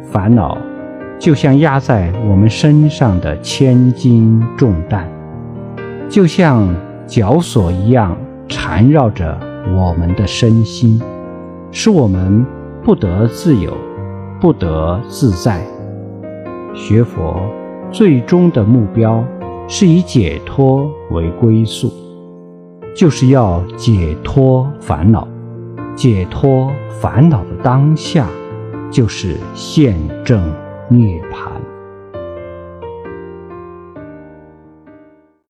烦恼就像压在我们身上的千斤重担，就像绞索一样缠绕着我们的身心，使我们不得自由，不得自在。学佛最终的目标是以解脱为归宿，就是要解脱烦恼。解脱烦恼的当下，就是现证涅槃。